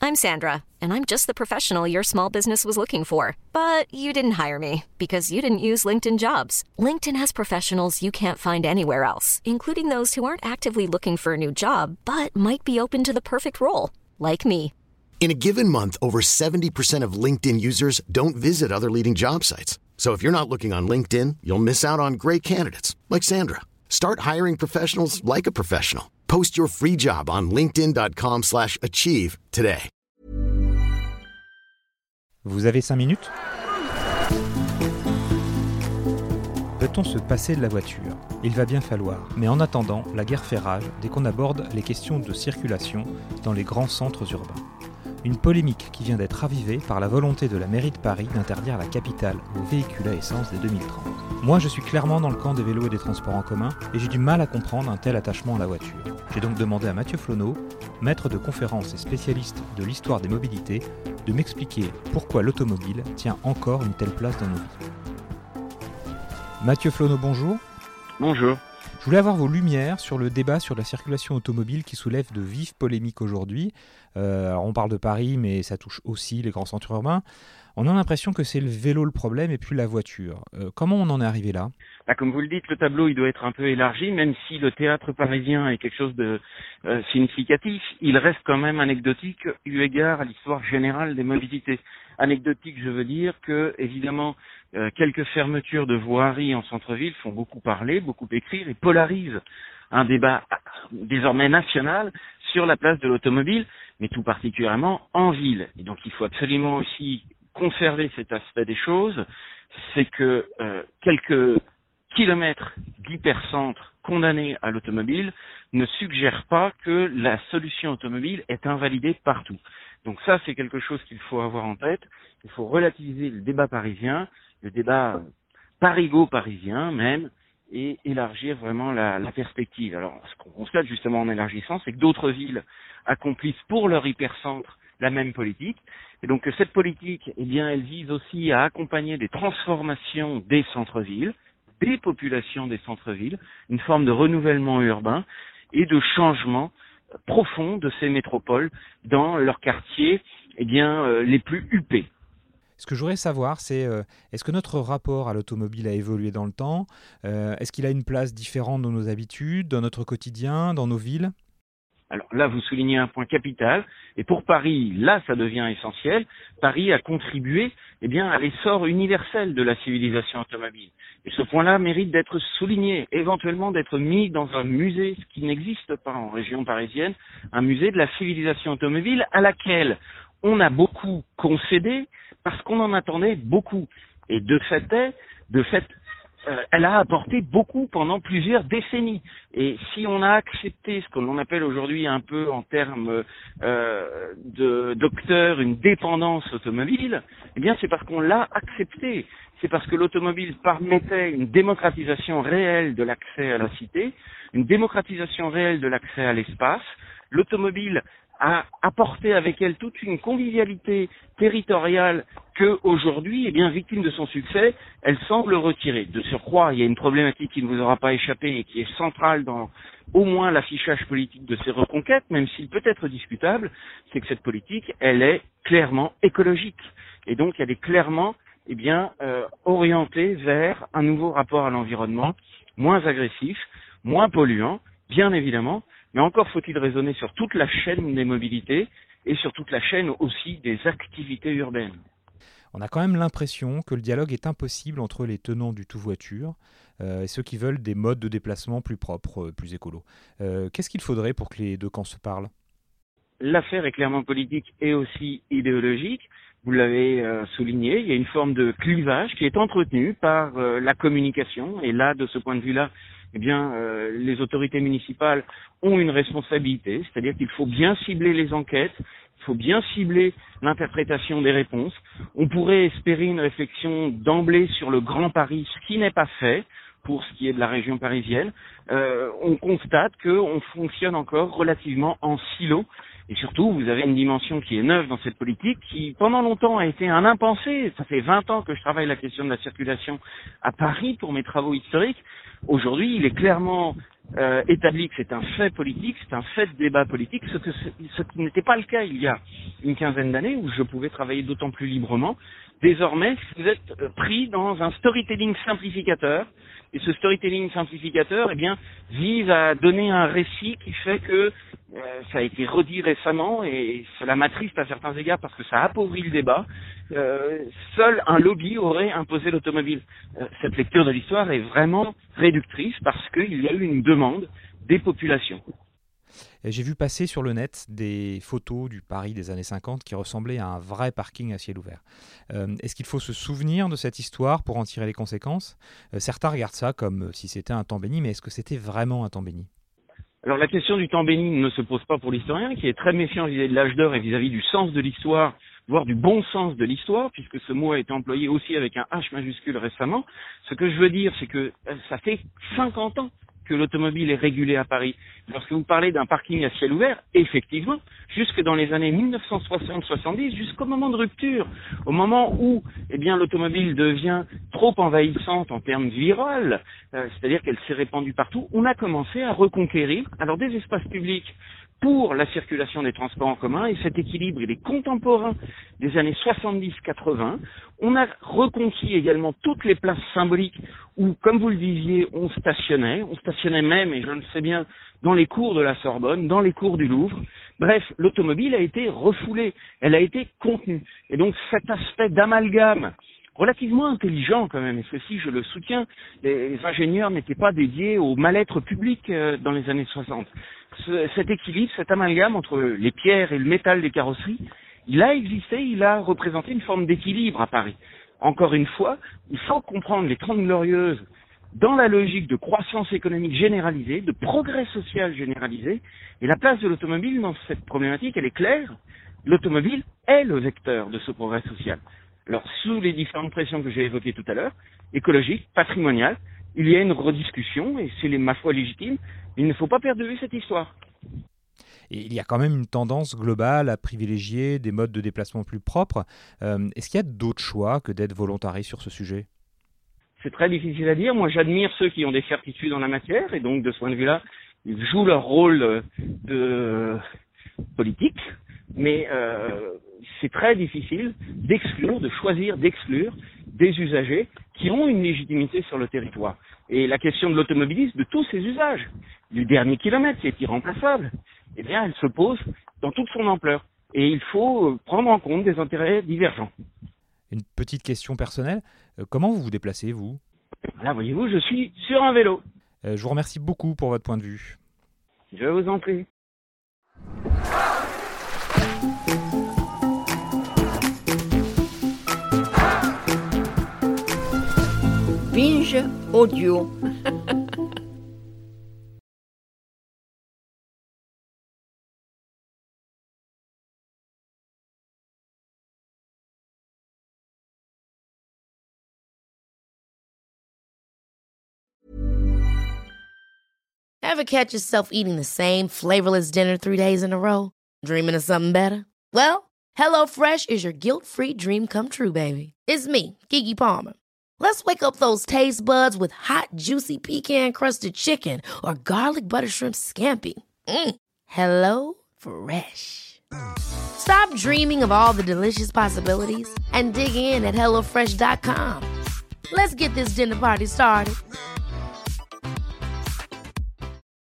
I'm Sandra, and I'm just the professional your small business was looking for. But you didn't hire me because you didn't use LinkedIn Jobs. LinkedIn has professionals you can't find anywhere else, including those who aren't actively looking for a new job, but might be open to the perfect role, like me. In a given month, over 70% of LinkedIn users don't visit other leading job sites. So if you're not looking on LinkedIn, you'll miss out on great candidates like Sandra. Start hiring professionals like a professional. Post your free job on linkedin.com/achieve today. Vous avez 5 minutes ? Peut-on se passer de la voiture ? Il va bien falloir. Mais en attendant, la guerre fait rage dès qu'on aborde les questions de circulation dans les grands centres urbains. Une polémique qui vient d'être ravivée par la volonté de la mairie de Paris d'interdire la capitale aux véhicules à essence dès 2030. Moi, je suis clairement dans le camp des vélos et des transports en commun, et j'ai du mal à comprendre un tel attachement à la voiture. J'ai donc demandé à Mathieu Flonneau, maître de conférences et spécialiste de l'histoire des mobilités, de m'expliquer pourquoi l'automobile tient encore une telle place dans nos vies. Mathieu Flonneau, bonjour. Bonjour. Je voulais avoir vos lumières sur le débat sur la circulation automobile qui soulève de vives polémiques aujourd'hui. Alors on parle de Paris, mais ça touche aussi les grands centres urbains. On a l'impression que c'est le vélo le problème et plus la voiture. Comment on en est arrivé là ? Comme vous le dites, le tableau il doit être un peu élargi, même si le théâtre parisien est quelque chose de significatif, il reste quand même anecdotique eu égard à l'histoire générale des mobilités. Anecdotique, je veux dire que, évidemment, quelques fermetures de voiries en centre-ville font beaucoup parler, beaucoup écrire et polarisent un débat désormais national sur la place de l'automobile, mais tout particulièrement en ville. Et donc il faut absolument aussi conserver cet aspect des choses, c'est que quelques kilomètres d'hypercentre condamnés à l'automobile ne suggèrent pas que la solution automobile est invalidée partout. Donc ça, c'est quelque chose qu'il faut avoir en tête. Il faut relativiser le débat parisien, le débat parigo-parisien même, et élargir vraiment la perspective. Alors, ce qu'on constate justement en élargissant, c'est que d'autres villes accomplissent pour leur hypercentre la même politique. Et donc cette politique, eh bien, elle vise aussi à accompagner des transformations des centres-villes, des populations des centres-villes, une forme de renouvellement urbain et de changement profond de ces métropoles dans leurs quartiers les plus huppés. Ce que je voudrais savoir, c'est est-ce que notre rapport à l'automobile a évolué dans le temps ? Est-ce qu'il a une place différente dans nos habitudes, dans notre quotidien, dans nos villes ? Alors là, vous soulignez un point capital, et pour Paris, là, ça devient essentiel. Paris a contribué, à l'essor universel de la civilisation automobile. Et ce point-là mérite d'être souligné, éventuellement d'être mis dans un musée, ce qui n'existe pas en région parisienne, un musée de la civilisation automobile à laquelle on a beaucoup concédé parce qu'on en attendait beaucoup. Et de fait, elle a apporté beaucoup pendant plusieurs décennies. Et si on a accepté ce que l'on appelle aujourd'hui un peu en termes de docteur une dépendance automobile, c'est parce qu'on l'a accepté. C'est parce que l'automobile permettait une démocratisation réelle de l'accès à la cité, une démocratisation réelle de l'accès à l'espace. L'automobile a apporté avec elle toute une convivialité territoriale que aujourd'hui, victime de son succès, elle semble retirer. De surcroît, il y a une problématique qui ne vous aura pas échappé et qui est centrale dans au moins l'affichage politique de ces reconquêtes, même s'il peut être discutable, c'est que cette politique, elle est clairement écologique. Et donc, elle est clairement orientée vers un nouveau rapport à l'environnement, moins agressif, moins polluant, bien évidemment, mais encore faut-il raisonner sur toute la chaîne des mobilités et sur toute la chaîne aussi des activités urbaines. On a quand même l'impression que le dialogue est impossible entre les tenants du tout-voiture et ceux qui veulent des modes de déplacement plus propres, plus écolos. Qu'est-ce qu'il faudrait pour que les deux camps se parlent ? L'affaire est clairement politique et aussi idéologique. Vous l'avez souligné, il y a une forme de clivage qui est entretenue par la communication. Et là, de ce point de vue-là, les autorités municipales ont une responsabilité, c'est-à-dire qu'il faut bien cibler les enquêtes, il faut bien cibler l'interprétation des réponses. On pourrait espérer une réflexion d'emblée sur le Grand Paris, ce qui n'est pas fait pour ce qui est de la région parisienne. On constate qu'on fonctionne encore relativement en silo Et surtout, vous avez une dimension qui est neuve dans cette politique, qui pendant longtemps a été un impensé. Ça fait 20 ans que je travaille la question de la circulation à Paris pour mes travaux historiques. Aujourd'hui, il est clairement établi que c'est un fait politique, c'est un fait de débat politique, ce qui n'était pas le cas il y a une quinzaine d'années où je pouvais travailler d'autant plus librement. Désormais, vous êtes pris dans un storytelling simplificateur, et ce storytelling simplificateur, vise à donner un récit qui fait que ça a été redit récemment et cela m'attriste à certains égards parce que ça appauvrit le débat. Seul un lobby aurait imposé l'automobile. Cette lecture de l'histoire est vraiment réductrice parce qu'il y a eu une demande des populations. J'ai vu passer sur le net des photos du Paris des années 50 qui ressemblaient à un vrai parking à ciel ouvert. Est-ce qu'il faut se souvenir de cette histoire pour en tirer les conséquences ? Certains regardent ça comme si c'était un temps béni, mais est-ce que c'était vraiment un temps béni ? Alors la question du temps béni ne se pose pas pour l'historien, qui est très méfiant vis-à-vis de l'âge d'or et vis-à-vis du sens de l'histoire, voire du bon sens de l'histoire, puisque ce mot a été employé aussi avec un H majuscule récemment. Ce que je veux dire, c'est que ça fait 50 ans que l'automobile est régulée à Paris. Lorsque vous parlez d'un parking à ciel ouvert, effectivement, jusque dans les années 1960-70, jusqu'au moment de rupture, au moment où l'automobile devient trop envahissante en termes virals, c'est-à-dire qu'elle s'est répandue partout, on a commencé à reconquérir des espaces publics pour la circulation des transports en commun, et cet équilibre, il est contemporain des années 70-80. On a reconquis également toutes les places symboliques où, comme vous le disiez, on stationnait même, et je le sais bien, dans les cours de la Sorbonne, dans les cours du Louvre. Bref, l'automobile a été refoulée, elle a été contenue. Et donc cet aspect d'amalgame, relativement intelligent quand même, et ceci je le soutiens, les ingénieurs n'étaient pas dédiés au mal-être public dans les années 60. Cet équilibre, cet amalgame entre les pierres et le métal des carrosseries, il a existé, il a représenté une forme d'équilibre à Paris. Encore une fois, il faut comprendre les 30 Glorieuses dans la logique de croissance économique généralisée, de progrès social généralisé, et la place de l'automobile dans cette problématique, elle est claire. L'automobile est le vecteur de ce progrès social. Alors, sous les différentes pressions que j'ai évoquées tout à l'heure, écologique, patrimoniale, il y a une rediscussion, et c'est ma foi légitime, il ne faut pas perdre de vue cette histoire. Et il y a quand même une tendance globale à privilégier des modes de déplacement plus propres. Est-ce qu'il y a d'autres choix que d'être volontariste sur ce sujet ? C'est très difficile à dire. Moi, j'admire ceux qui ont des certitudes en la matière, et donc, de ce point de vue-là, ils jouent leur rôle de politique, mais c'est très difficile de choisir d'exclure des usagers qui ont une légitimité sur le territoire. Et la question de l'automobilisme, de tous ces usages, du dernier kilomètre qui est irremplaçable, elle se pose dans toute son ampleur. Et il faut prendre en compte des intérêts divergents. Une petite question personnelle, comment vous vous déplacez, vous ? Là, voyez-vous, je suis sur un vélo. Je vous remercie beaucoup pour votre point de vue. Je vous en prie. Binge audio. Ever catch yourself eating the same flavorless dinner 3 days in a row? Dreaming of something better? Well, HelloFresh is your guilt-free dream come true, baby. It's me, Keke Palmer. Let's wake up those taste buds with hot, juicy pecan-crusted chicken or garlic butter shrimp scampi. Hello Fresh. Stop dreaming of all the delicious possibilities and dig in at HelloFresh.com. Let's get this dinner party started.